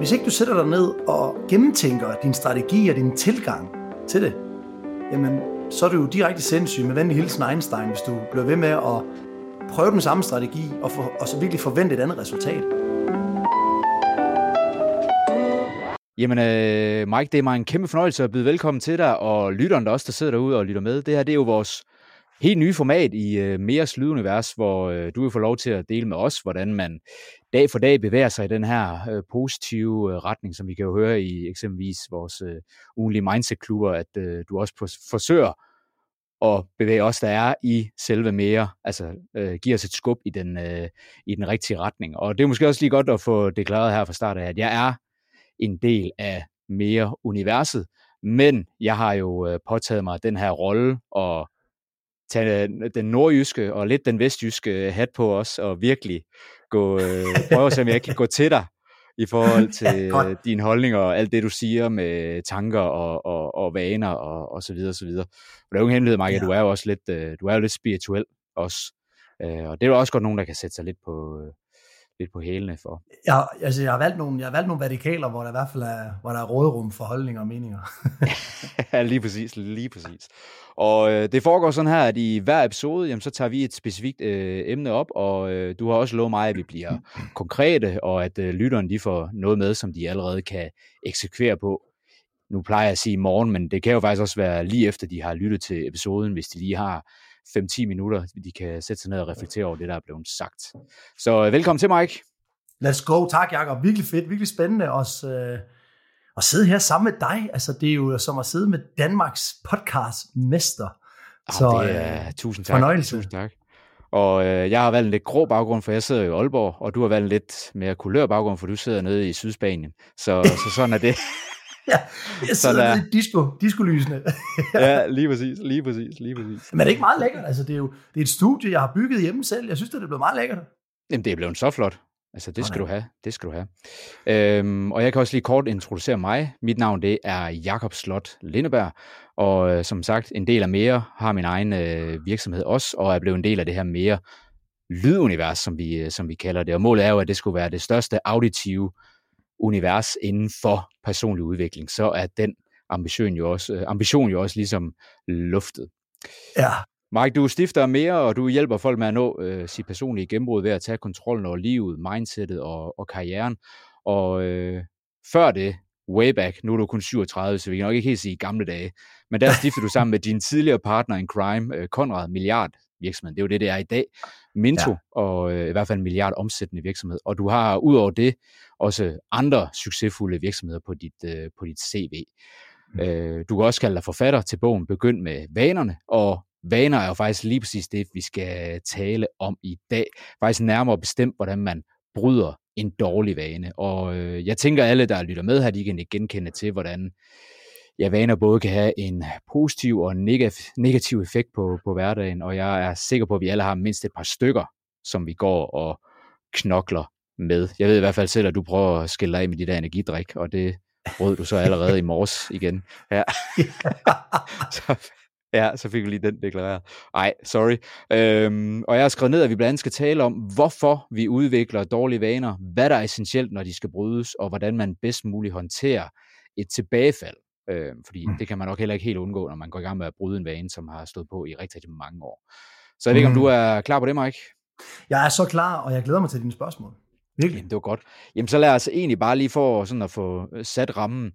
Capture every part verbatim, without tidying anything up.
Hvis ikke du sætter dig ned og gennemtænker din strategi og din tilgang til det, jamen, så er du jo direkte sindssyg med venlig hilsen Einstein, hvis du bliver ved med at prøve den samme strategi og, for, og så virkelig forvente et andet resultat. Jamen, øh, Mike, det er mig en kæmpe fornøjelse at byde velkommen til dig, og lytteren der også, der sidder derude og lytter med. Det her, det er jo vores helt nye format i øh, Meres Lydunivers, hvor øh, du vil få lov til at dele med os, hvordan man dag for dag bevæger sig i den her øh, positive øh, retning, som vi kan jo høre i eksempelvis vores øh, ugenlige mindset-klubber, at øh, du også på- forsøger at bevæge os, der er i selve Mere, altså øh, giver os et skub i den, øh, i den rigtige retning. Og det er måske også lige godt at få deklareret her fra start af, at jeg er en del af Mere-universet, men jeg har jo øh, påtaget mig den her rolle og tage den nordjyske og lidt den vestjyske hat på os, og virkelig gå, øh, prøve at se, om jeg kan gå til dig i forhold til ja, dine holdninger og alt det, du siger med tanker og, og, og vaner og, og så videre, og så videre. Og det er jo ingen hemmelighed, Mike, ja. Du er jo også lidt, øh, du er jo lidt spirituel også, øh, og det er jo også godt nogen, der kan sætte sig lidt på, øh, lidt på hælene for. Ja, altså jeg har valgt nogle, jeg har valgt nogle vertikaler, hvor der i hvert fald er, hvor der er råderum for holdninger og meninger. Ja, lige præcis, lige præcis. Og øh, det foregår sådan her, at i hver episode, jamen, så tager vi et specifikt øh, emne op, og øh, du har også lovet mig, at vi bliver konkrete, og at øh, lytterne de får noget med, som de allerede kan eksekvere på. Nu plejer jeg at sige i morgen, men det kan jo faktisk også være lige efter, de har lyttet til episoden, hvis de lige har fem til ti minutter, de kan sætte sig ned og reflektere over det, der er blevet sagt. Så øh, velkommen til, Mike. Let's go. Tak, Jacob. Virkelig fedt, virkelig spændende også, øh, at sidde her sammen med dig. Altså, det er jo som at sidde med Danmarks podcastmester. Ah, Så det er, øh, tusind tak. Fornøjelse. Tusind tak. Og øh, jeg har valgt en lidt grå baggrund, for jeg sidder i Aalborg, og du har valgt en lidt mere kulør baggrund, for du sidder nede i Sydspanien. Så, så sådan er det. Ja, jeg sidder nede i disco, discolysene. Ja, lige præcis, lige præcis, lige præcis. Men det er ikke meget lækkert. Altså, det er jo det er et studie, jeg har bygget hjemme selv. Jeg synes, det er blevet meget lækkert. Jamen, det er blevet så flot. Altså, det skal okay. du have. Det skal du have. Øhm, og jeg kan også lige kort introducere mig. Mit navn, det er Jakob Slot Lindeberg. Og øh, som sagt, en del af Mere, har min egen øh, virksomhed også, og er blevet en del af det her Mere lydunivers, som vi, øh, som vi kalder det. Og målet er jo, at det skulle være det største auditive univers inden for personlig udvikling. Så er den ambition jo også, øh, ambition jo også ligesom luftet. Ja. Mike, du stifter Mere, og du hjælper folk med at nå øh, sit personlige gennembrud ved at tage kontrollen over livet, mindsetet og, og karrieren. Og øh, før det, way back, nu er du kun syvogtredive, så vi kan nok ikke helt sige gamle dage, men der stiftede du sammen med din tidligere partner in crime, øh, Conrad, milliard virksomhed. Det er jo det, det er i dag. Minto, ja. Og øh, i hvert fald en milliard omsættende virksomhed. Og du har udover det også andre succesfulde virksomheder på dit, øh, på dit C V. Mm. Øh, du kan også kalde dig forfatter til bogen Begynd med vanerne, og vaner er jo faktisk lige præcis det, vi skal tale om i dag. Faktisk nærmere bestemt, hvordan man bryder en dårlig vane. Og øh, jeg tænker, alle, der lytter med her, de kan genkende til, hvordan ja, vaner både kan have en positiv og en negativ effekt på, på hverdagen. Og jeg er sikker på, at vi alle har mindst et par stykker, som vi går og knokler med. Jeg ved i hvert fald selv, at du prøver at skille dig af med de der energidrik, og det brød du så allerede i morges igen. Ja. så, ja, så fik vi lige den deklareret. Ej, sorry. Øhm, og jeg har skrevet ned, at vi blandt andet skal tale om, hvorfor vi udvikler dårlige vaner, hvad der er essentielt, når de skal brydes, og hvordan man bedst muligt håndterer et tilbagefald. Øhm, fordi det kan man nok heller ikke helt undgå, når man går i gang med at bryde en vane, som har stået på i rigtig, rigtig mange år. Så jeg ved ikke, om du er klar på det, Mike? Jeg er så klar, og jeg glæder mig til dine spørgsmål. Virkelig. Jamen, det var godt. Jamen, så lad os egentlig bare lige få sådan at få sat rammen.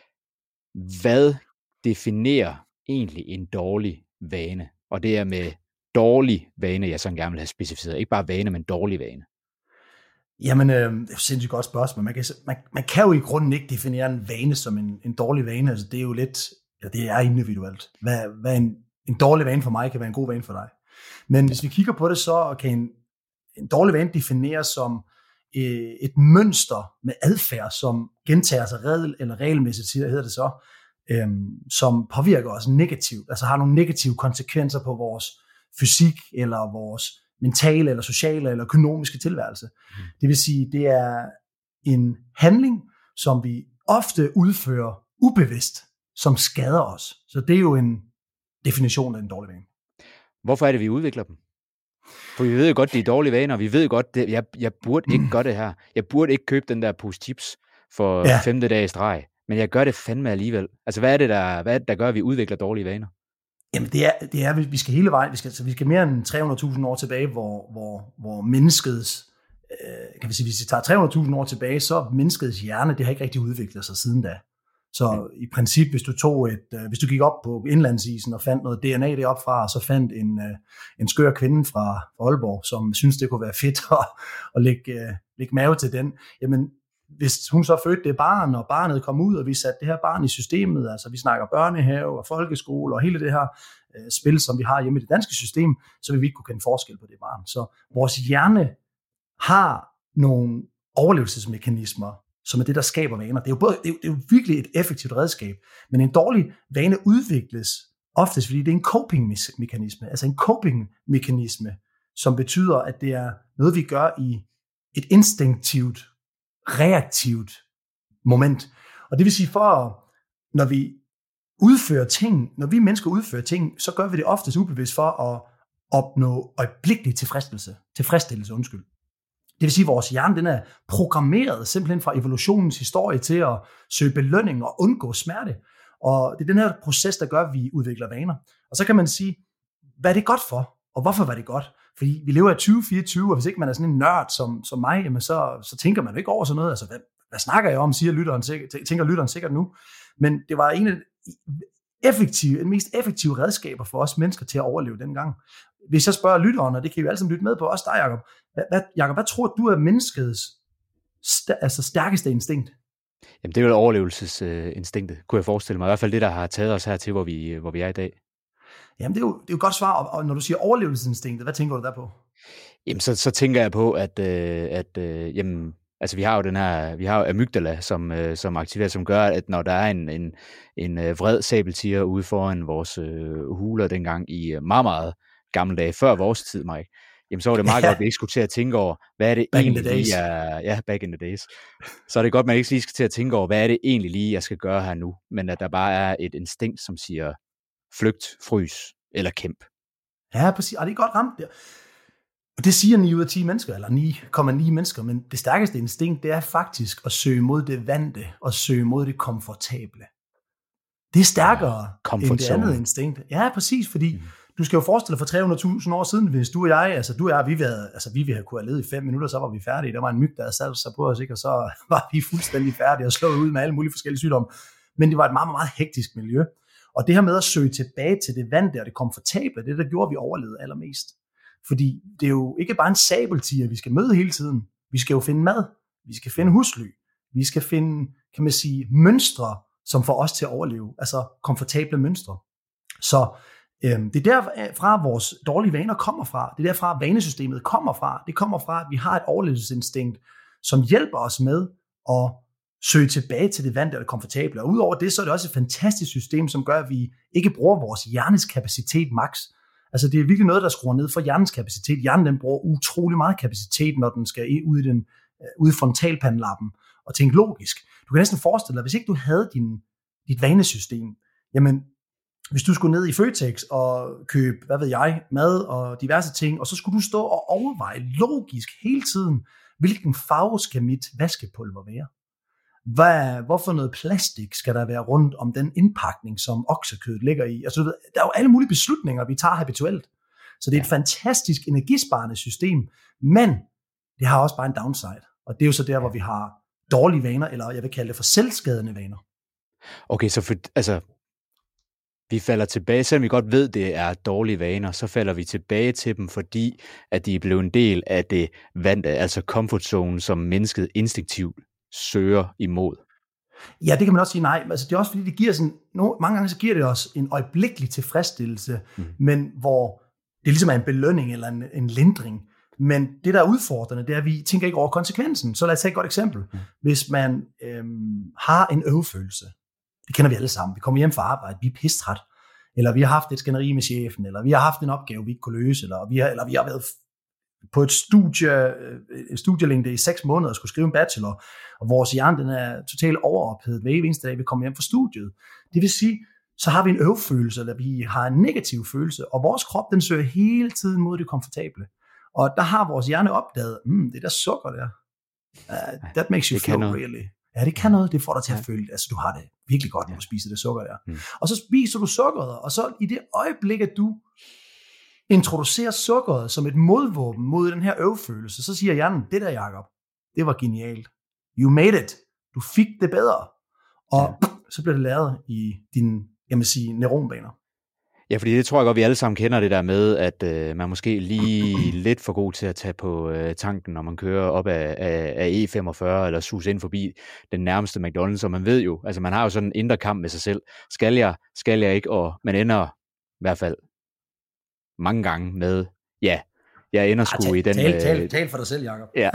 Hvad definerer egentlig en dårlig vane? Og det er med dårlig vane, jeg sådan gerne vil have specificeret. Ikke bare vane, men dårlig vane. Jamen, øh, det er et sindssygt godt spørgsmål. Man kan, man, man kan jo i grunden ikke definere en vane som en, en dårlig vane. Altså, det er jo lidt, ja, det er individuelt. Hvad, hvad en, en dårlig vane for mig kan være en god vane for dig. Men hvis vi kigger på det, så kan en, en dårlig vane defineres som øh, et mønster med adfærd, som gentager sig regel, eller regelmæssigt, hedder det så, øh, som påvirker os negativt. Altså har nogle negative konsekvenser på vores fysik, eller vores mentale, eller sociale, eller økonomiske tilværelse. Mm. Det vil sige, det er en handling, som vi ofte udfører ubevidst, som skader os. Så det er jo en definition af en dårlig vane. Hvorfor er det, vi udvikler dem? For vi ved jo godt, det er dårlige vaner, vi ved godt, det, jeg, jeg burde ikke gøre det her. Jeg burde ikke købe den der pose chips, for Ja. femte dag i streg, men jeg gør det fandme alligevel. Altså, hvad er det, der, hvad er det, der gør, at vi udvikler dårlige vaner? Jamen, det er, det er, vi skal hele vejen, vi skal, så vi skal mere end tre hundrede tusind år tilbage, hvor, hvor, hvor menneskets, øh, kan vi sige, hvis vi tager tre hundrede tusind år tilbage, så er menneskets hjerne, det har ikke rigtig udviklet sig siden da. Så i princip, hvis du tog et, øh, hvis du gik op på indlandsisen og fandt noget D N A deroppe fra, og så fandt en, øh, en skør kvinde fra, fra Aalborg, som synes det kunne være fedt at, at lægge, øh, lægge mave til den, jamen, hvis hun så fødte det barn, og barnet kom ud, og vi satte det her barn i systemet, altså vi snakker børnehave og folkeskole og hele det her øh, spil, som vi har hjemme i det danske system, så vil vi ikke kunne kende forskel på det barn. Så vores hjerne har nogle overlevelsesmekanismer, som er det, der skaber vaner. Det er jo, både, det er jo, det er jo virkelig et effektivt redskab, men en dårlig vane udvikles oftest, fordi det er en coping-mekanisme, altså en coping-mekanisme, som betyder, at det er noget, vi gør i et instinktivt reaktivt moment. Og det vil sige, for når vi udfører ting, når vi mennesker udfører ting, så gør vi det oftest ubevidst for at opnå øjeblikkelig tilfredsstillelse. Tilfredsstillelse, undskyld. Det vil sige, at vores hjerne den er programmeret simpelthen fra evolutionens historie til at søge belønning og undgå smerte. Og det er den her proces, der gør, at vi udvikler vaner. Og så kan man sige, hvad er det godt for? Og hvorfor var det godt? Fordi vi lever i tyve fireogtyve, og hvis ikke man er sådan en nørd som, som mig, jamen så, så tænker man jo ikke over sådan noget. Altså, hvad, hvad snakker jeg om, siger lytteren, tænker lytteren sikkert nu. Men det var en af de effektive, en mest effektive redskaber for os mennesker til at overleve dengang. Hvis jeg spørger lytteren, og det kan vi alle sammen lytte med på, også dig, Jacob. Hvad, hvad, Jacob, hvad tror du er menneskets st- altså stærkeste instinkt? Jamen, det er jo overlevelsesinstinktet, kunne jeg forestille mig. I hvert fald det, der har taget os hertil, hvor vi, hvor vi er i dag. Jamen, det er jo, det er jo et godt svar, og når du siger overlevelsesinstinktet, hvad tænker du der på? Jamen, så, så tænker jeg på, at, øh, at øh, jamen, altså, vi har jo den her, vi har jo amygdala, som, øh, som aktiverer, som gør, at når der er en, en, en øh, vred sabeltiger ude foran vores øh, huler dengang i øh, meget, meget gamle dage, før vores tid, Mike, jamen, så var det meget ja. godt, at vi ikke skulle til at tænke over, hvad er det back egentlig lige, jeg, ja, back in the days. Så er det godt, at man ikke lige skal til at tænke over, hvad er det egentlig lige, jeg skal gøre her nu, men at der bare er et instinkt, som siger, flygt, frys eller kæmp. Ja, præcis. Og det er godt ramt der. Og det siger ni ud af ti mennesker, eller ni komma ni mennesker, men det stærkeste instinkt, det er faktisk at søge mod det vante, og søge mod det komfortable. Det er stærkere ja, end det andet instinkt. Ja, præcis, fordi mm. du skal jo forestille dig for tre hundrede tusind år siden, hvis du og jeg, altså du og jeg, vi ville, altså, vi ville have kunne have levet i fem minutter, så var vi færdige. Der var en myg, der havde sat sig på os, ikke? Og så var vi fuldstændig færdige og slået ud med alle mulige forskellige sygdomme. Men det var et meget, meget hektisk miljø. Og det her med at søge tilbage til det vante og det komfortable, det der gjorde, vi overlevede allermest. Fordi det er jo ikke bare en sabeltiger, vi skal møde hele tiden. Vi skal jo finde mad, vi skal finde husly, vi skal finde, kan man sige, mønstre, som får os til at overleve, altså komfortable mønstre. Så øhm, det er derfra, vores dårlige vaner kommer fra. Det er derfra, vanesystemet kommer fra. Det kommer fra, at vi har et overlevelsesinstinkt, som hjælper os med at søge tilbage til det vante og det komfortable. Og udover det, så er det også et fantastisk system, som gør, at vi ikke bruger vores hjernes kapacitet max. Altså det er virkelig noget, der skruer ned for hjernens kapacitet. Hjernen den bruger utrolig meget kapacitet, når den skal ud i, den, ud i frontalpandelappen og tænke logisk. Du kan næsten forestille dig, hvis ikke du havde din, dit vanesystem, jamen hvis du skulle ned i Føtex og købe, hvad ved jeg, mad og diverse ting, og så skulle du stå og overveje logisk hele tiden, hvilken farve skal mit vaskepulver være? Hvad, hvorfor noget plastik skal der være rundt om den indpakning, som oksekødet ligger i? Altså, der er jo alle mulige beslutninger, vi tager habituelt. Så det er et fantastisk energisparende system, men det har også bare en downside. Og det er jo så der, hvor vi har dårlige vaner, eller jeg vil kalde det for selvskadende vaner. Okay, så for, altså, vi falder tilbage, selvom vi godt ved, det er dårlige vaner, så falder vi tilbage til dem, fordi at de er blevet en del af det vante, altså comfort zone, som mennesket instinktivt søger imod. Ja, det kan man også sige nej. Altså, det er også fordi, det giver sådan, no, mange gange så giver det os en øjeblikkelig tilfredsstillelse, mm. men hvor det ligesom er en belønning eller en, en lindring. Men det, der er udfordrende, det er, at vi tænker ikke over konsekvensen. Så lad os tage et godt eksempel. Mm. Hvis man øhm, har en øvefølelse, det kender vi alle sammen. Vi kommer hjem fra arbejde, vi er pisstræt, eller vi har haft et skænderi med chefen, eller vi har haft en opgave, vi ikke kunne løse, eller vi har, eller vi har været på et studie, et studielængde i seks måneder og skulle skrive en bachelor, og vores hjerne den er totalt overophedet hver eneste dag, vi kommer hjem fra studiet. Det vil sige, så har vi en øvfølelse, eller vi har en negativ følelse, og vores krop den søger hele tiden mod det komfortable. Og der har vores hjerne opdaget, mm, det der sukker der, uh, that makes you feel really. Ja, det kan noget. Det får dig til at føle, altså du har det virkelig godt, når du spiser det sukker der. Mm. Og så spiser du sukkeret, og så i det øjeblik, at du introducerer sukkeret som et modvåben mod den her øvfølelse, så siger hjernen, det der, Jacob, det var genialt. You made it. Du fik det bedre. Og ja. Så bliver det lavet i dine, jeg vil sige, neuronbaner. Ja, fordi det tror jeg godt, vi alle sammen kender det der med, at øh, man måske lige lidt for god til at tage på øh, tanken, når man kører op af, af, af E femogfyrre, eller sus ind forbi den nærmeste McDonald's, og man ved jo, altså man har jo sådan en indre kamp med sig selv. Skal jeg, skal jeg ikke? Og man ender i hvert fald mange gange med, ja, jeg ender sgu ja, i den... Tal, tal, tal for dig selv, Jacob. Ja.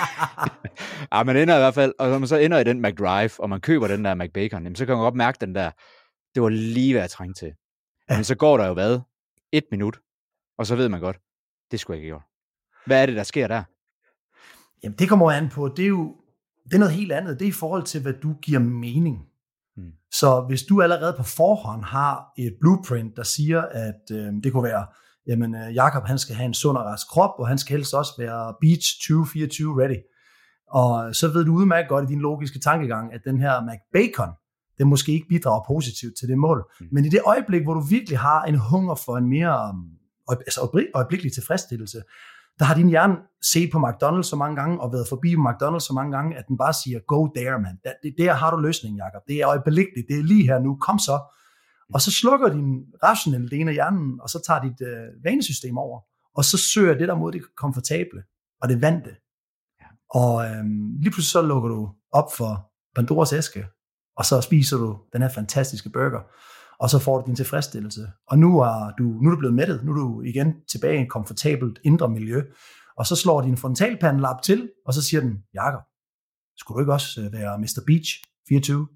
ja, man ender i hvert fald, og når man så ender i den McDrive, og man køber den der McBacon, jamen, så kan man godt mærke den der, det var lige hvad jeg trængte til. Ja. Men så går der jo hvad? Et minut, og så ved man godt, det skulle jeg ikke gøre. Hvad er det, der sker der? Jamen, det kommer an på, det er jo det er noget helt andet. Det er i forhold til, hvad du giver mening. Hmm. Så hvis du allerede på forhånd har et blueprint, der siger, at øh, det kunne være, jamen, øh, Jacob, han skal have en sund og rask krop, og han skal helst også være Beach tyve fireogtyve ready. Og så ved du udmærket godt i din logiske tankegang, at den her McBacon, det måske ikke bidrager positivt til det mål. Mm. Men i det øjeblik, hvor du virkelig har en hunger for en mere altså øjeblikkelig tilfredsstillelse, der har din hjerne set på McDonald's så mange gange, og været forbi McDonald's så mange gange, at den bare siger, go there, man. Det, der har du løsningen, Jacob. Det er øjeblikkeligt, det er lige her nu, kom så. Og så slukker din rationelle del af hjernen, og så tager dit øh, vanesystem over, og så søger det der mod det komfortable, og det vante. Og øhm, lige pludselig så lukker du op for Pandoras æske, og så spiser du den her fantastiske burger, og så får du din tilfredsstillelse. Og nu er du, nu er du blevet mættet, nu er du igen tilbage i et komfortabelt indre miljø, og så slår din frontalpandelap til, og så siger den, Jakob, skulle du ikke også være mister Beach fireogtyve?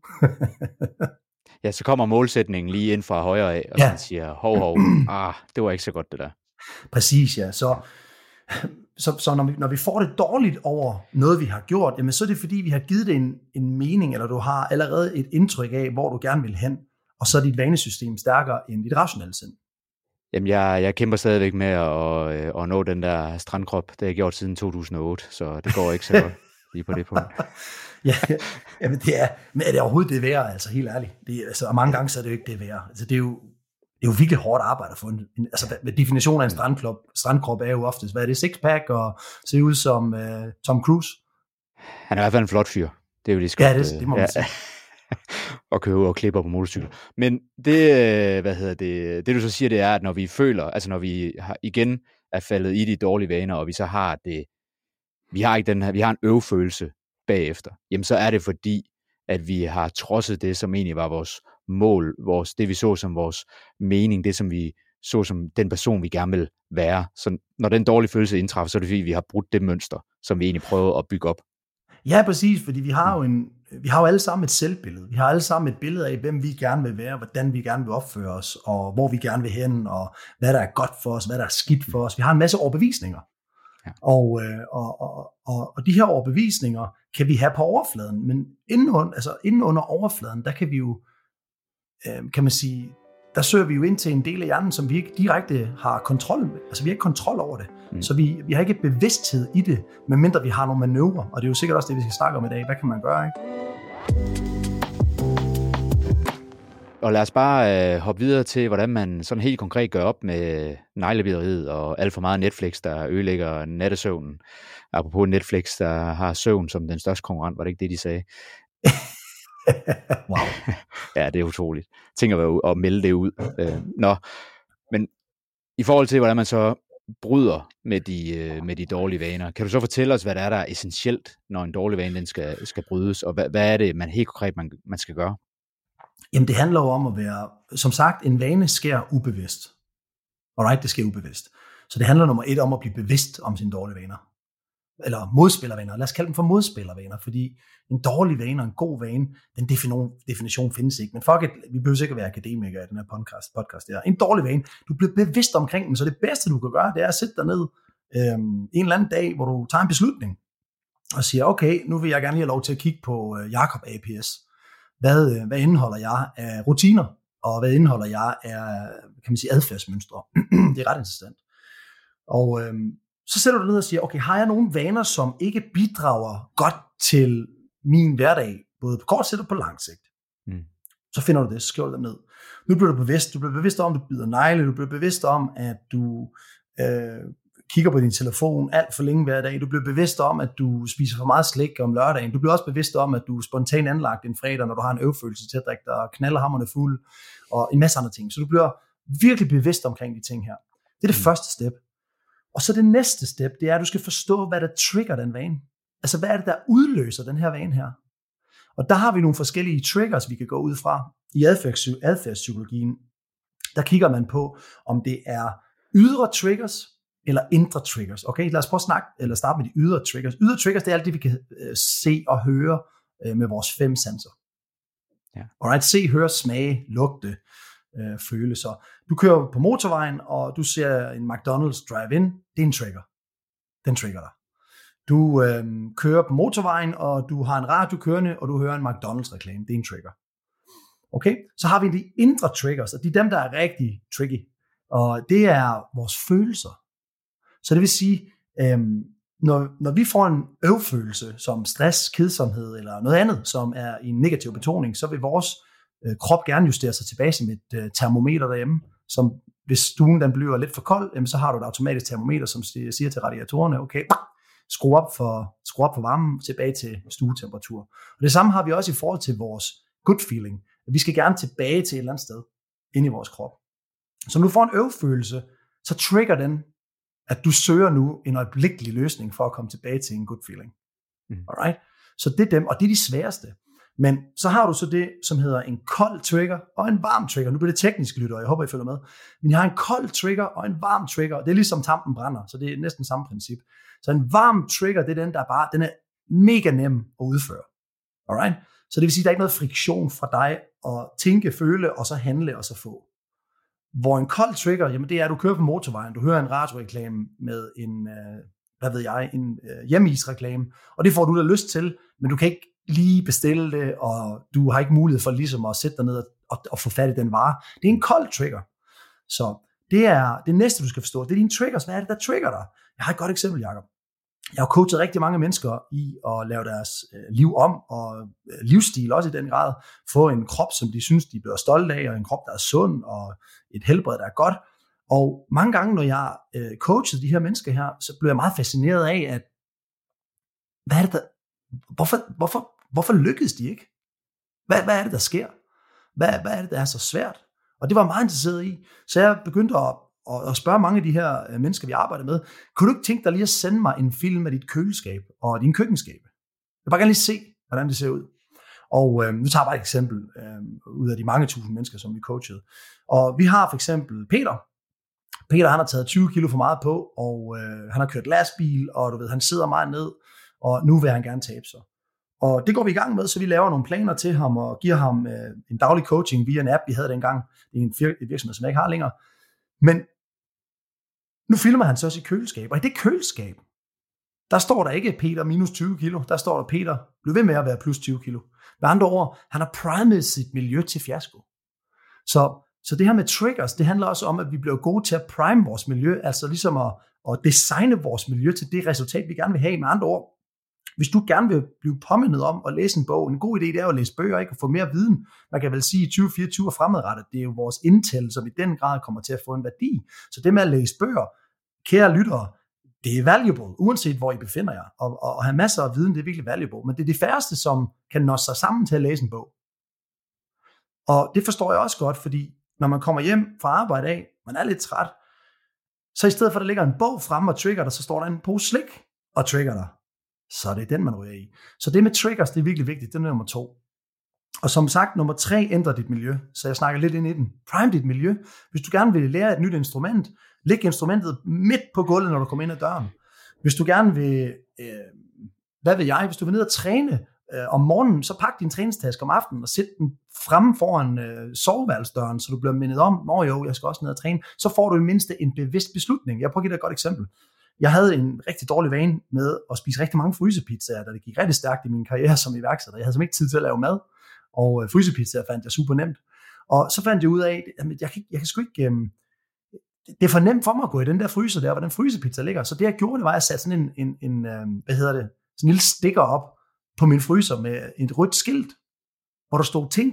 Ja, så kommer målsætningen lige ind fra højre af, og ja. Så siger, hov, hov, ah, det var ikke så godt det der. Præcis, ja. Så, så, så når, vi, når vi får det dårligt over noget, vi har gjort, jamen så er det fordi, vi har givet det en, en mening, eller du har allerede et indtryk af, hvor du gerne vil hen, og så er dit vanesystem stærkere end dit rationelle sind. Jamen, jeg, jeg kæmper stadigvæk med at, at nå den der strandkrop. Det har jeg gjort siden to tusind og otte, så det går ikke så godt lige på det punkt. Ja, jamen det er, men er det overhovedet det værd, altså helt ærligt. Det er, altså, og mange gange så er det jo ikke det værd. Altså, det er jo det er jo virkelig hårdt arbejde at få en, en altså hvad, definitionen af en strandkrop, strandkrop er jo oftest, hvad er det, sixpack og se ud som uh, Tom Cruise? Han er i hvert fald en flot fyr. Det er jo lige skønt. Ja, det, det må man ja. sige. Og købe og klipper på motorcykel. Men det, hvad hedder det, det du så siger, det er, at når vi føler, altså når vi har, igen er faldet i de dårlige vaner, og vi så har det, vi har ikke den her, vi har en øvfølelse bagefter, jamen så er det fordi, at vi har trodset det, som egentlig var vores mål, vores, det vi så som vores mening, det som vi så som den person, vi gerne vil være. Så når den dårlige følelse indtræffer, så er det fordi, vi har brudt det mønster, som vi egentlig prøver at bygge op. Ja, præcis, fordi vi har jo en, vi har jo alle sammen et selvbillede. Vi har alle sammen et billede af, hvem vi gerne vil være, hvordan vi gerne vil opføre os, og hvor vi gerne vil hen, og hvad der er godt for os, hvad der er skidt for os. Vi har en masse overbevisninger. Ja. Og, og, og, og, og de her overbevisninger kan vi have på overfladen, men inden, altså inden under overfladen, der kan vi jo, kan man sige, der søger vi jo ind til en del af hjernen, som vi ikke direkte har kontrol med. Altså vi har ikke kontrol over det. Mm. Så vi, vi har ikke bevidsthed i det, medmindre vi har nogle manøvrer. Og det er jo sikkert også det, vi skal snakke om i dag. Hvad kan man gøre, ikke? Og lad os bare øh, hoppe videre til, hvordan man sådan helt konkret gør op med neglebideriet og alt for meget Netflix, der ødelægger nattesøvnen. Apropos Netflix, der har søvn som den største konkurrent, var det ikke det, de sagde? Wow. Ja, det er utroligt. Tænk at, være, at melde det ud. Øh, nå, men i forhold til, hvordan man så bryder med de, øh, med de dårlige vaner, kan du så fortælle os, hvad der er, der er essentielt, når en dårlig vane den skal, skal brydes, og hvad, hvad er det, man helt konkret man, man skal gøre? Jamen, det handler jo om at være, som sagt, en vane sker ubevidst. Alright, det sker ubevidst. Så det handler nummer et om at blive bevidst om sine dårlige vaner. Eller modspillervaner. Lad os kalde dem for modspillervaner, fordi en dårlig vane og en god vane, den definition, definition findes ikke. Men fuck it, vi behøver ikke at være akademikere i den her podcast. podcast der. En dårlig vane, du bliver bevidst omkring den, så det bedste, du kan gøre, det er at sætte dig ned øhm, en eller anden dag, hvor du tager en beslutning og siger, okay, nu vil jeg gerne lige have lov til at kigge på øh, Jacob A P S. Hvad, øh, hvad indeholder jeg af rutiner, og hvad indeholder jeg af, kan man sige, adfærdsmønstre? Det er ret interessant. Og øhm, så sætter du ned og siger, okay, har jeg nogle vaner, som ikke bidrager godt til min hverdag både på kort sigt og på lang sigt. Mm. Så finder du det, så skriver du det ned. Nu bliver du bevidst. Du bliver bevidst om, at du bider negle. Du bliver bevidst om, at du øh, kigger på din telefon alt for længe hver dag. Du bliver bevidst om, at du spiser for meget slik om lørdagen. Du bliver også bevidst om, at du er spontant anlagt en fredag, når du har en øvfølelse til at drikke dig knalderhammerne fuld, og en masse andre ting. Så du bliver virkelig bevidst omkring de ting her. Det er det mm. første step. Og så det næste step, det er, at du skal forstå, hvad der trigger den vane. Altså, hvad er det, der udløser den her vane her? Og der har vi nogle forskellige triggers, vi kan gå ud fra. I adfærdspsykologien, der kigger man på, om det er ydre triggers eller indre triggers. Okay, lad os prøve at snakke, eller starte med de ydre triggers. Ydre triggers, det er alt det, vi kan øh, se og høre øh, med vores fem sanser. Ja. Alright, se, høre, smage, lugte, øh, føle. Så du kører på motorvejen, og du ser en McDonald's drive-in. Det er en trigger. Den trigger dig. Du øh, kører på motorvejen, og du har en radio kørende, og du hører en McDonald's-reklame. Det er en trigger. Okay, så har vi de indre triggers, og de er dem, der er rigtig tricky. Og det er vores følelser. Så det vil sige, øhm, når, når vi får en øvfølelse, som stress, kedsomhed eller noget andet, som er i en negativ betoning, så vil vores øh, krop gerne justere sig tilbage som et øh, termometer derhjemme, som hvis stuen den bliver lidt for kold, jamen, så har du et automatisk termometer, som siger til radiatorerne, okay, skru op for, skru op for varmen, tilbage til stuetemperatur. Og det samme har vi også i forhold til vores good feeling. Vi skal gerne tilbage til et eller andet sted inde i vores krop. Så når du får en øvfølelse, så trigger den, at du søger nu en øjeblikkelig løsning for at komme tilbage til en good feeling. Mm. Alright? Så det er dem, og det er de sværeste. Men så har du så det, som hedder en kold trigger og en varm trigger. Nu bliver det teknisk, lytter, jeg håber, I følger med. Men jeg har en kold trigger og en varm trigger, og det er ligesom tampen brænder, så det er næsten samme princip. Så en varm trigger, det er den, der bare, den er mega nem at udføre. Alright? Så det vil sige, at der er ikke noget friktion fra dig at tænke, føle, og så handle, og så få. Hvor en kold trigger, jamen det er, at du kører på motorvejen, du hører en radioreklame med en, øh, hvad ved jeg, en øh, hjemmeisreklame, og det får du da lyst til, men du kan ikke lige bestille det, og du har ikke mulighed for ligesom at sætte dig ned og, og, og få fat i den vare. Det er en kold trigger. Så det er det næste, du skal forstå. Det er dine triggers. Hvad er det, der trigger dig? Jeg har et godt eksempel, Jacob. Jeg har coachet rigtig mange mennesker i at lave deres øh, liv om, og øh, livsstil også i den grad, få en krop, som de synes, de bliver stolte af, og en krop, der er sund, og et helbred, der er godt. Og mange gange, når jeg øh, coachede de her mennesker her, så blev jeg meget fascineret af, at hvad er det, der, hvorfor, hvorfor, hvorfor lykkedes de ikke? Hvad, hvad er det, der sker? Hvad, hvad er det, der er så svært? Og det var jeg meget interesseret i. Så jeg begyndte at og spørge mange af de her mennesker, vi arbejder med, kunne du ikke tænke dig lige at sende mig en film af dit køleskab og din køkkenskab? Jeg vil bare gerne lige se, hvordan det ser ud. Og øh, nu tager jeg bare et eksempel øh, ud af de mange tusind mennesker, som vi coachede. Og vi har for eksempel Peter. Peter, han har taget tyve kilo for meget på, og øh, han har kørt lastbil, og du ved, han sidder meget ned, og nu vil han gerne tabe sig. Og det går vi i gang med, så vi laver nogle planer til ham, og giver ham øh, en daglig coaching via en app, vi havde dengang. Det er en fir- et virksomhed, som jeg ikke har længere. Men nu filmer han så også i køleskab, og i det køleskab, der står der ikke Peter minus tyve kilo, der står der Peter, bliv ved med at være plus tyve kilo. Med andre ord, han har primet sit miljø til fiasko. Så, så det her med triggers, det handler også om, at vi bliver gode til at prime vores miljø, altså ligesom at, at designe vores miljø til det resultat, vi gerne vil have. Med andre ord, hvis du gerne vil blive påmindet om at læse en bog, en god idé det er at læse bøger, ikke, og få mere viden. Man kan vel sige, at tyve fireogtyve er fremadrettet. Det er jo vores intel, som i den grad kommer til at få en værdi. Så det med at læse bøger, kære lyttere, det er valuable, uanset hvor I befinder jer. Og, og, og have masser af viden, det er virkelig valuable. Men det er de færreste, som kan nå sig sammen til at læse en bog. Og det forstår jeg også godt, fordi når man kommer hjem fra arbejde af, man er lidt træt, så i stedet for, at der ligger en bog fremme og trigger dig, så står der en pose slik og trigger dig. Så det er den, man ryger i. Så det med triggers, det er virkelig vigtigt. Det er nummer to. Og som sagt, nummer tre, ændrer dit miljø. Så jeg snakker lidt ind i den. Prime dit miljø. Hvis du gerne vil lære et nyt instrument, læg instrumentet midt på gulvet, når du kommer ind ad døren. Hvis du gerne vil, øh, hvad ved jeg, hvis du vil ned og træne øh, om morgenen, så pak din træningstaske om aftenen og sæt den fremme foran øh, soveværelsesdøren, så du bliver mindet om, nå jo, jeg skal også ned og træne. Så får du i mindste en bevidst beslutning. Jeg prøver at give dig et godt eksempel. Jeg havde en rigtig dårlig vane med at spise rigtig mange frysepizzaer, da det gik rigtig stærkt i min karriere som iværksætter. Jeg havde simpelthen ikke tid til at lave mad, og øh, frysepizzaer fandt jeg super nemt. Og så fandt jeg ud af, at jeg kan, jeg kan sgu ikke... Øh, det er for nemt for mig at gå i den der fryser der, hvor den frysepizza ligger. Så det jeg gjorde, det var, at jeg satte sådan en, en, en øh, hvad hedder det, sådan en lille stikker op på min fryser med et rødt skilt, hvor der stod Tink.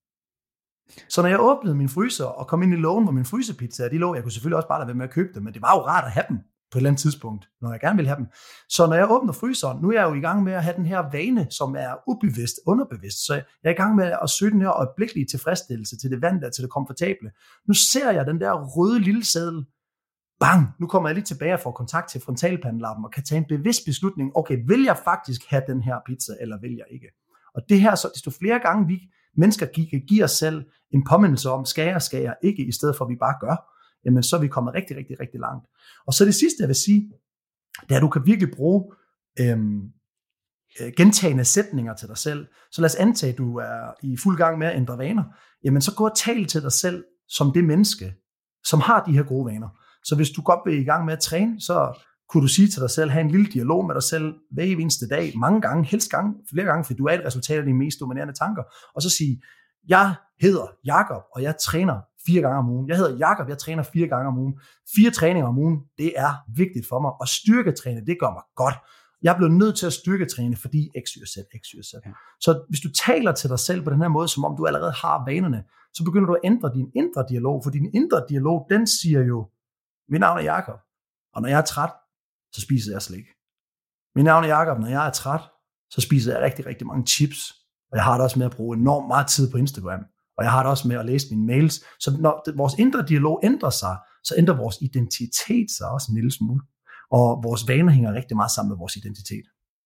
Så når jeg åbnede min fryser og kom ind i lågen, hvor min frysepizza, de lå, jeg kunne selvfølgelig også bare lade være med at købe dem, men det var jo rart at have dem på et eller andet tidspunkt, når jeg gerne ville have dem. Så når jeg åbner fryseren, nu er jeg jo i gang med at have den her vane, som er ubevidst, underbevidst. Så jeg er i gang med at søge den her øjeblikkelige tilfredsstillelse til det vante, til det komfortable. Nu ser jeg den der røde lille seddel. Bang! Nu kommer jeg lige tilbage og får kontakt til frontalpandelappen og kan tage en bevidst beslutning. Okay, vil jeg faktisk have den her pizza, eller vil jeg ikke? Og det her, så desto flere gange vi mennesker giver os selv en påmindelse om, skal jeg, skal jeg ikke, i stedet for at vi bare gør, jamen så er vi kommet rigtig, rigtig, rigtig langt. Og så det sidste, jeg vil sige, det er, at du kan virkelig bruge øhm, gentagende sætninger til dig selv. Så lad os antage, at du er i fuld gang med at ændre vaner. Jamen så gå og tal til dig selv som det menneske, som har de her gode vaner. Så hvis du godt vil i gang med at træne, så kunne du sige til dig selv, have en lille dialog med dig selv hver eneste dag, mange gange, helst gange, flere gange, fordi du er et resultat af dine mest dominerende tanker, og så sige, jeg hedder Jakob, og jeg træner fire gange om ugen. Jeg hedder Jakob, jeg træner fire gange om ugen. Fire træninger om ugen, det er vigtigt for mig, og styrketræne, det gør mig godt. Jeg bliver nødt til at styrketræne, fordi x, y, z, x, y, z. Ja. Så hvis du taler til dig selv på den her måde, som om du allerede har vanerne, så begynder du at ændre din indre dialog, for din indre dialog, den siger jo, mit navn er Jakob, og når jeg er træt, så spiser jeg slik. Mit navn er Jakob, når jeg er træt, så spiser jeg rigtig, rigtig mange chips, og jeg har det også med at bruge enormt meget tid på Instagram, og jeg har det også med at læse mine mails. Så når vores indre dialog ændrer sig, så ændrer vores identitet sig også en lille smule, og vores vaner hænger rigtig meget sammen med vores identitet.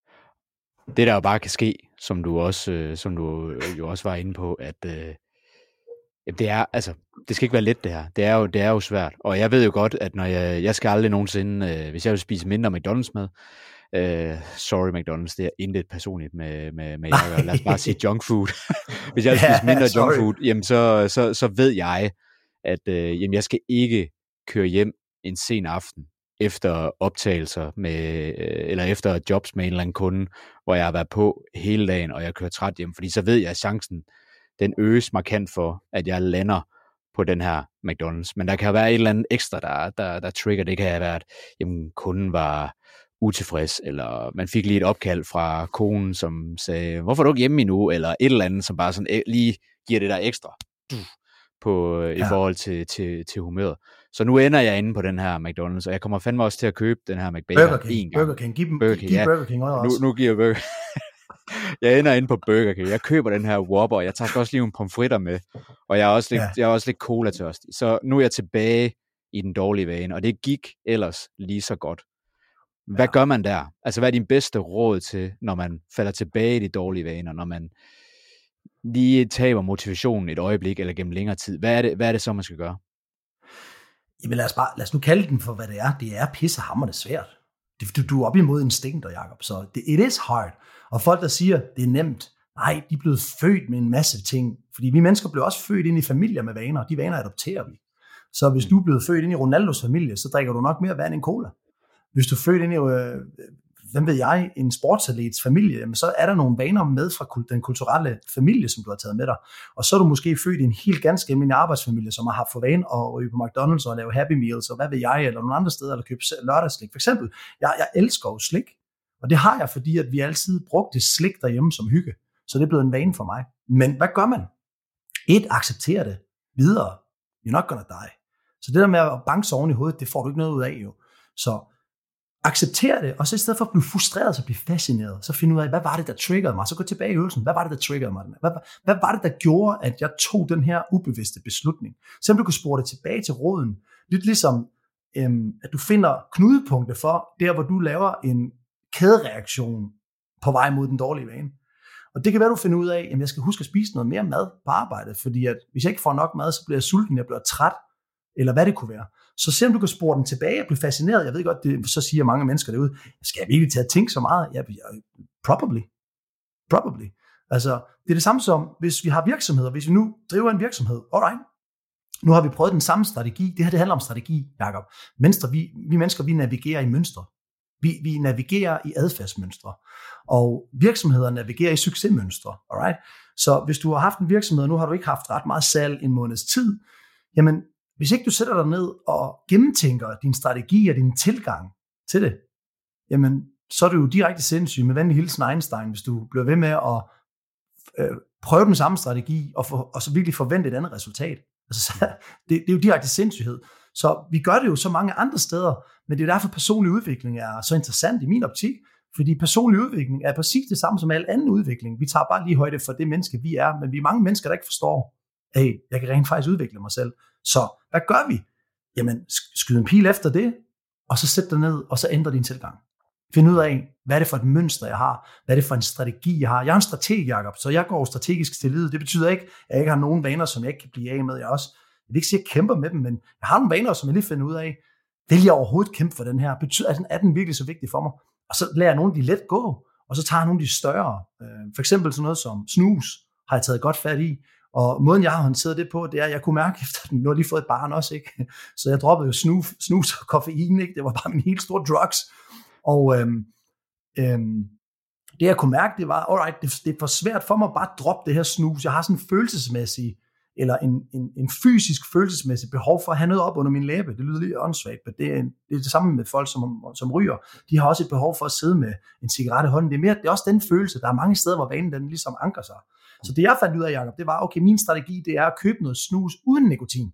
Det der jo bare kan ske, som du også, øh, som du jo også var inde på, at øh, det er, altså, det skal ikke være let det her. Det er jo, det er jo svært. Og jeg ved jo godt, at når jeg, jeg skal aldrig nogensinde, øh, hvis jeg vil spise mindre McDonald's mad, øh, sorry McDonald's, det er intet personligt med, med, med jeg, lad os bare sige junk food. Hvis jeg vil spise mindre junk food, jamen så, så, så ved jeg, at øh, jamen jeg skal ikke køre hjem en sen aften efter optagelser med, øh, eller efter jobs med en eller anden kunde, hvor jeg har været på hele dagen, og jeg kører træt hjem, fordi så ved jeg, at chancen den øges markant for, at jeg lander på den her McDonald's. Men der kan være et eller andet ekstra, der, der, der trigger. Det kan have været, at jamen, kunden var utilfreds, eller man fik lige et opkald fra konen, som sagde, hvorfor er du ikke hjemme endnu? Eller et eller andet, som bare sådan lige giver det der ekstra på, ja. I forhold til, til, til humøret. Så nu ender jeg inde på den her McDonald's, og jeg kommer fandme også til at købe den her McBaker Burger King, en gang. Burger King, giv dem Burger King, giv ja. Burger King også. Nu, nu giver jeg Burger Jeg ender inde på Burger King. Jeg køber den her Whopper, og jeg tager også lige nogle pomfritter med, og jeg er også lidt, ja. jeg er også lidt cola tørstig. Så nu er jeg tilbage i den dårlige vane, og det gik ellers lige så godt. Hvad ja. gør man der? Altså, hvad er din bedste råd til, når man falder tilbage i de dårlige vaner, når man lige taber motivationen et øjeblik, eller gennem længere tid? Hvad er det, hvad er det så, man skal gøre? Jamen lad os, bare, lad os nu kalde den for, hvad det er. Det er pissehamrende svært. Du, du er op imod instinkter, Jakob, så det, it is hard. Og folk, der siger, det er nemt, nej, de er blevet født med en masse ting. Fordi vi mennesker bliver også født ind i familier med vaner, og de vaner adopterer vi. Så hvis du er blevet født ind i Ronaldos familie, så drikker du nok mere vand end cola. Hvis du er født ind i, øh, hvem ved jeg, en sportsatlets familie, jamen, så er der nogle vaner med fra den kulturelle familie, som du har taget med dig. Og så er du måske født i en helt ganske almindelig arbejdsfamilie, som har haft for vane at ryge på McDonald's og lave Happy Meals, og hvad ved jeg, eller nogle andre steder, eller købe lørdagsslik. For eksempel, jeg, jeg elsker jo slik, og det har jeg, fordi at vi altid brugte slik derhjemme som hygge. Så det er blevet en vane for mig. Men hvad gør man? Et, accepterer det videre. You're not gonna die. Så det der med at banke sig oven i hovedet, det får du ikke noget ud af jo. Så accepter det, og så i stedet for at blive frustreret, så blive fascineret, så finde ud af, hvad var det, der triggede mig? Så gå tilbage i øvelsen. Hvad var det, der triggede mig? Hvad, hvad var det, der gjorde, at jeg tog den her ubevidste beslutning? Så du kan spore det tilbage til roden. Lidt ligesom, øhm, at du finder knudepunkter for, der hvor du laver en kædereaktion på vej mod den dårlige vane. Og det kan være, du finder ud af, at jeg skal huske at spise noget mere mad på arbejdet, fordi at hvis jeg ikke får nok mad, så bliver jeg sulten, jeg bliver træt, eller hvad det kunne være. Så se om du kan spore den tilbage og blive fascineret. Jeg ved godt, det, så siger mange mennesker derude, skal jeg virkelig til at tænke så meget? Ja, probably. Probably. Altså, det er det samme som, hvis vi har virksomheder, hvis vi nu driver en virksomhed, alright, nu har vi prøvet den samme strategi. Det her, det handler om strategi, Jakob. Mennesker, vi, vi mennesker, vi navigerer i mønstre. Vi, vi navigerer i adfærdsmønstre. Og virksomheder navigerer i succesmønstre, alright? Så hvis du har haft en virksomhed, og nu har du ikke haft ret meget salg en måneds tid, jamen, hvis ikke du sætter dig ned og gennemtænker din strategi og din tilgang til det, jamen, så er du jo direkte sindssyg med venlig hilsen Einstein, hvis du bliver ved med at øh, prøve den samme strategi, og, for, og så virkelig forvente et andet resultat. Altså, så, det, det er jo direkte sindssygehed. Så vi gør det jo så mange andre steder, men det er derfor personlig udvikling er så interessant i min optik, fordi personlig udvikling er præcis det samme som al anden udvikling. Vi tager bare lige højde for det menneske, vi er, men vi er mange mennesker, der ikke forstår, hey, jeg kan rent faktisk udvikle mig selv. Så hvad gør vi? Jamen, skyd en pil efter det, og så sæt dig ned, og så ændre din tilgang. Find ud af, hvad er det for et mønster, jeg har? Hvad er det for en strategi, jeg har? Jeg er en strateg, Jacob, så jeg går strategisk til livet. Det betyder ikke, at jeg ikke har nogen vaner, som jeg ikke kan blive af med. Jeg også, jeg vil ikke sige, at jeg kæmper med dem, men jeg har nogle vaner, som jeg lige finder ud af. Vil jeg overhovedet kæmpe for den her? Betyder, er, den, er den virkelig så vigtig for mig? Og så lærer jeg nogle af de let gå, og så tager jeg nogle af de større. For eksempel sådan noget som snus, har jeg taget godt fat i. Og måden, jeg har håndteret det på, det er, at jeg kunne mærke, efter nu har jeg lige fået et barn også, ikke? Så jeg droppede jo snus, snus og koffein, ikke? Det var bare min helt store drugs. Og øhm, øhm, det jeg kunne mærke, det var, alright, det, det er for svært for mig bare at droppe det her snus. Jeg har sådan en følelsesmæssig, eller en, en, en fysisk følelsesmæssig behov for at have noget op under min læbe. Det lyder lidt åndssvagt, men det er, en, det er det samme med folk, som, som ryger. De har også et behov for at sidde med en cigaret i hånden. Det er, mere, det er også den følelse. Der er mange steder, hvor vanen den ligesom anker sig. Så det jeg fandt ud af, Jacob, det var, okay, min strategi, det er at købe noget snus uden nikotin.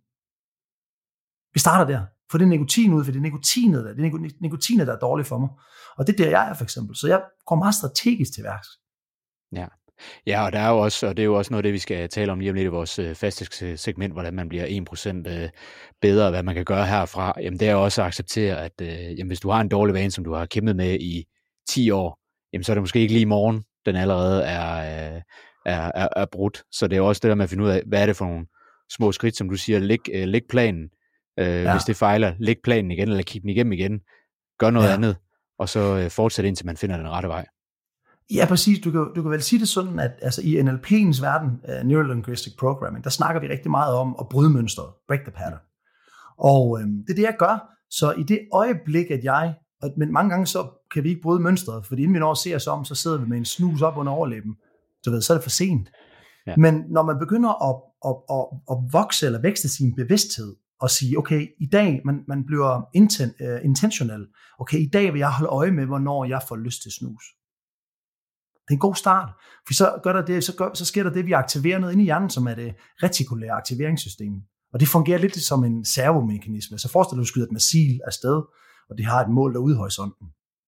Vi starter der. Få det nikotin ud, for det er nikotinet, der, det er nikotinet, der er dårligt for mig. Og det er der, jeg er for eksempel. Så jeg går meget strategisk til værks. Ja. Ja, og der er jo også, og det er jo også noget af det, vi skal tale om lige om lidt i vores øh, faste segment, hvordan man bliver en procent øh, bedre, hvad man kan gøre herfra. Jamen det er jo også at acceptere, at øh, jamen, hvis du har en dårlig vane, som du har kæmpet med i ti år, jamen så er det måske ikke lige i morgen, den allerede er, øh, er, er, er brudt. Så det er jo også det der med at finde ud af, hvad er det for nogle små skridt, som du siger, læg, øh, læg planen, øh, ja. Hvis det fejler, læg planen igen, eller kig den igennem igen, gør noget ja. andet, og så øh, fortsæt indtil man finder den rette vej. Ja, præcis. Du kan, du kan vel sige det sådan, at altså, i N L P'ens verden, uh, Neuro Linguistic Programming, der snakker vi rigtig meget om at bryde mønstret, break the pattern. Og øhm, det er det, jeg gør. Så i det øjeblik, at jeg, og, men mange gange så kan vi ikke bryde mønstret, fordi inden vi når at se os om, så sidder vi med en snus op under overlæben. Du ved, så er det for sent. Ja. Men når man begynder at, at, at, at vokse eller vækste sin bevidsthed, og sige, okay, i dag, man, man bliver inten, uh, intentional. Okay, i dag vil jeg holde øje med, hvornår jeg får lyst til snus. Det er en god start, for så, gør der det, så, gør, så sker der det, vi aktiverer noget inde i hjernen, som er det retikulære aktiveringssystem. Og det fungerer lidt som en servomekanisme. Så forestil dig, at du skyder et missil afsted, og det har et mål derude i horisonten.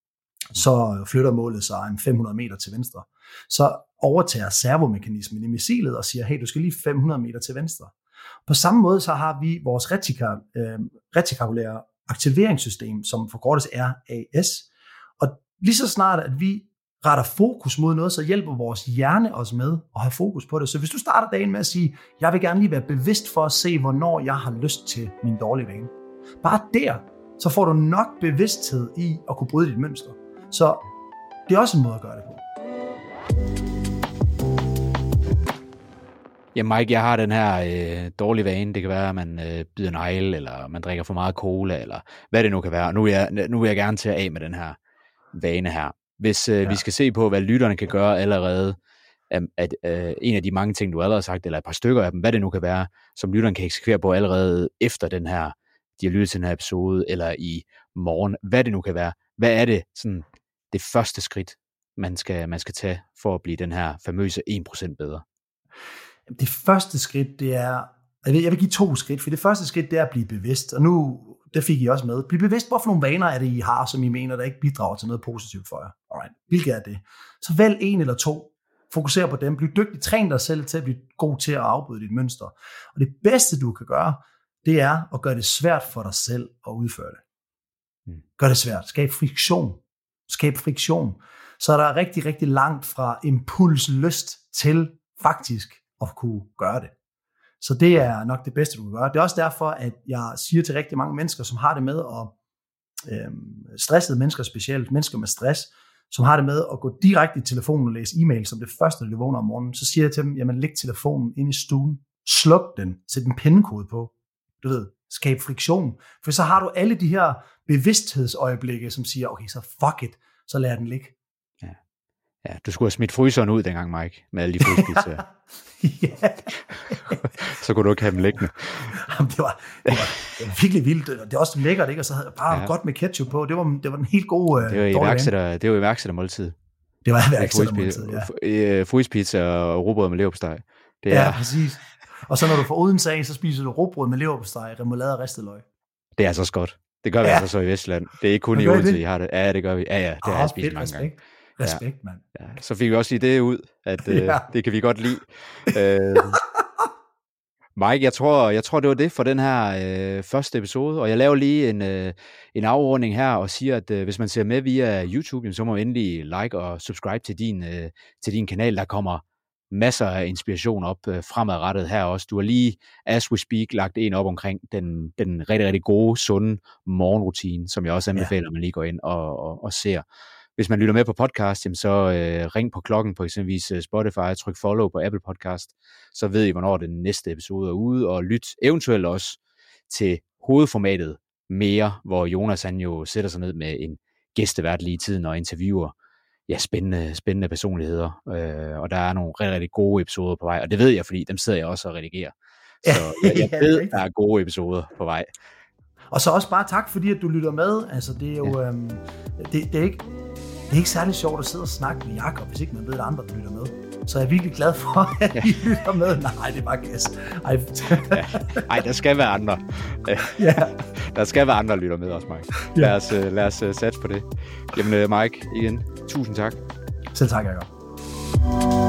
Så flytter målet sig en fem hundrede meter til venstre. Så overtager servomekanismen i missilet og siger, hey, du skal lige fem hundrede meter til venstre. På samme måde så har vi vores retika, øh, retikulære aktiveringssystem, som forkortes R A S. Og lige så snart, at vi retter fokus mod noget, så hjælper vores hjerne os med at have fokus på det. Så hvis du starter dagen med at sige, jeg vil gerne lige være bevidst for at se, hvornår jeg har lyst til min dårlige vane. Bare der, så får du nok bevidsthed i at kunne bryde dit mønster. Så det er også en måde at gøre det på. Ja, Mike, jeg har den her øh, dårlige vane. Det kan være, at man øh, bider negl, eller man drikker for meget cola, eller hvad det nu kan være. Nu vil jeg, nu vil jeg gerne tage af med den her vane her. Hvis øh, ja. vi skal se på, hvad lytterne kan gøre allerede, at, at øh, en af de mange ting, du allerede har sagt, eller et par stykker af dem, hvad det nu kan være, som lytterne kan eksekvere på allerede efter den her, de har lyttet til den her episode, eller i morgen, hvad det nu kan være. Hvad er det, sådan, det første skridt, man skal, man skal tage for at blive den her famøse en procent bedre? Det første skridt, det er, jeg vil, jeg vil give to skridt, for det første skridt, det er at blive bevidst, og nu, det fik I også med. Bliv bevidst, hvorfor nogle vaner er det, I har, som I mener, der ikke bidrager til noget positivt for jer. Alright, hvilke er det? Så vælg en eller to. Fokuser på dem. Bliv dygtig. Træn dig selv til at blive god til at afbryde dit mønster. Og det bedste, du kan gøre, det er at gøre det svært for dig selv at udføre det. Gør det svært. Skab friktion. Skab friktion. Så er der rigtig, rigtig langt fra impulslyst til faktisk at kunne gøre det. Så det er nok det bedste, du kan gøre. Det er også derfor, at jeg siger til rigtig mange mennesker, som har det med at, øh, stressede mennesker specielt, mennesker med stress, som har det med at gå direkte i telefonen og læse e-mail som det første, når de vågner om morgenen, så siger jeg til dem, jamen læg telefonen ind i stuen, sluk den, sæt en pindekode på, du ved, skab friktion, for så har du alle de her bevidsthedsøjeblikke, som siger, okay, så fuck it, så lad den ligge. Ja. Ja, du skulle have smidt fryseren ud dengang, Mike, med alle de fryspizzaer. Ja. Så kunne du ikke have dem liggende. Jamen, det, var, det, var, det var virkelig vildt. Det er også lækkert, ikke? Og så havde jeg bare ja. godt med ketchup på. Det var, det var den helt gode... Det var iværksætter, det var iværksættermåltid. Det var iværksættermåltid, ja. Fryspizza og rugbrød med leverpostej. Det er... Ja, præcis. Og så når du får Odense af, så spiser du rugbrød med leverpostej, remoulade og ristet løg. Det er altså så godt. Det gør vi ja. altså så i Vestland. Det er ikke kun i Odense, I har det. Ja, det gør vi. Ja, ja, det ah, har jeg spist mange gange. Respekt, mand. Ja, så fik vi også lige det ud, at øh, ja. det kan vi godt lide. øh, Mike, jeg tror, jeg tror, det var det for den her øh, første episode, og jeg laver lige en, øh, en afrunding her og siger, at øh, hvis man ser med via YouTube, så må man endelig like og subscribe til din, øh, til din kanal. Der kommer masser af inspiration op øh, fremadrettet her også. Du har lige, as we speak, lagt en op omkring den, den rigtig, rigtig gode, sunde morgenrutine, som jeg også anbefaler, ja. at man lige går ind og, og, og ser. Hvis man lytter med på podcast, jamen så øh, ring på klokken på eksempelvis Spotify, tryk follow på Apple Podcast, så ved I, hvornår den næste episode er ude, og lyt eventuelt også til hovedformatet mere, hvor Jonas han jo sætter sig ned med en gæstevært lige i tiden og interviewer ja, spændende, spændende personligheder, øh, og der er nogle rigtig, rigtig gode episoder på vej, og det ved jeg, fordi dem sidder jeg også og redigerer. Så jeg, jeg ved, der er gode episoder på vej. Og så også bare tak, fordi at du lytter med. Altså, det er jo ja. øhm, det, det, er ikke, det er ikke særlig sjovt at sidde og snakke med Jakob, hvis ikke man ved, at andre der lytter med. Så jeg er virkelig glad for, at I ja. lytter med. Nej, det er bare gas. Ej, ja. Ej, der skal være andre. Ja. Der skal være andre, der lytter med også, Mike. Ja. Lad os, lad os satse på det. Jamen, Mike, igen, tusind tak. Selv tak, Jakob.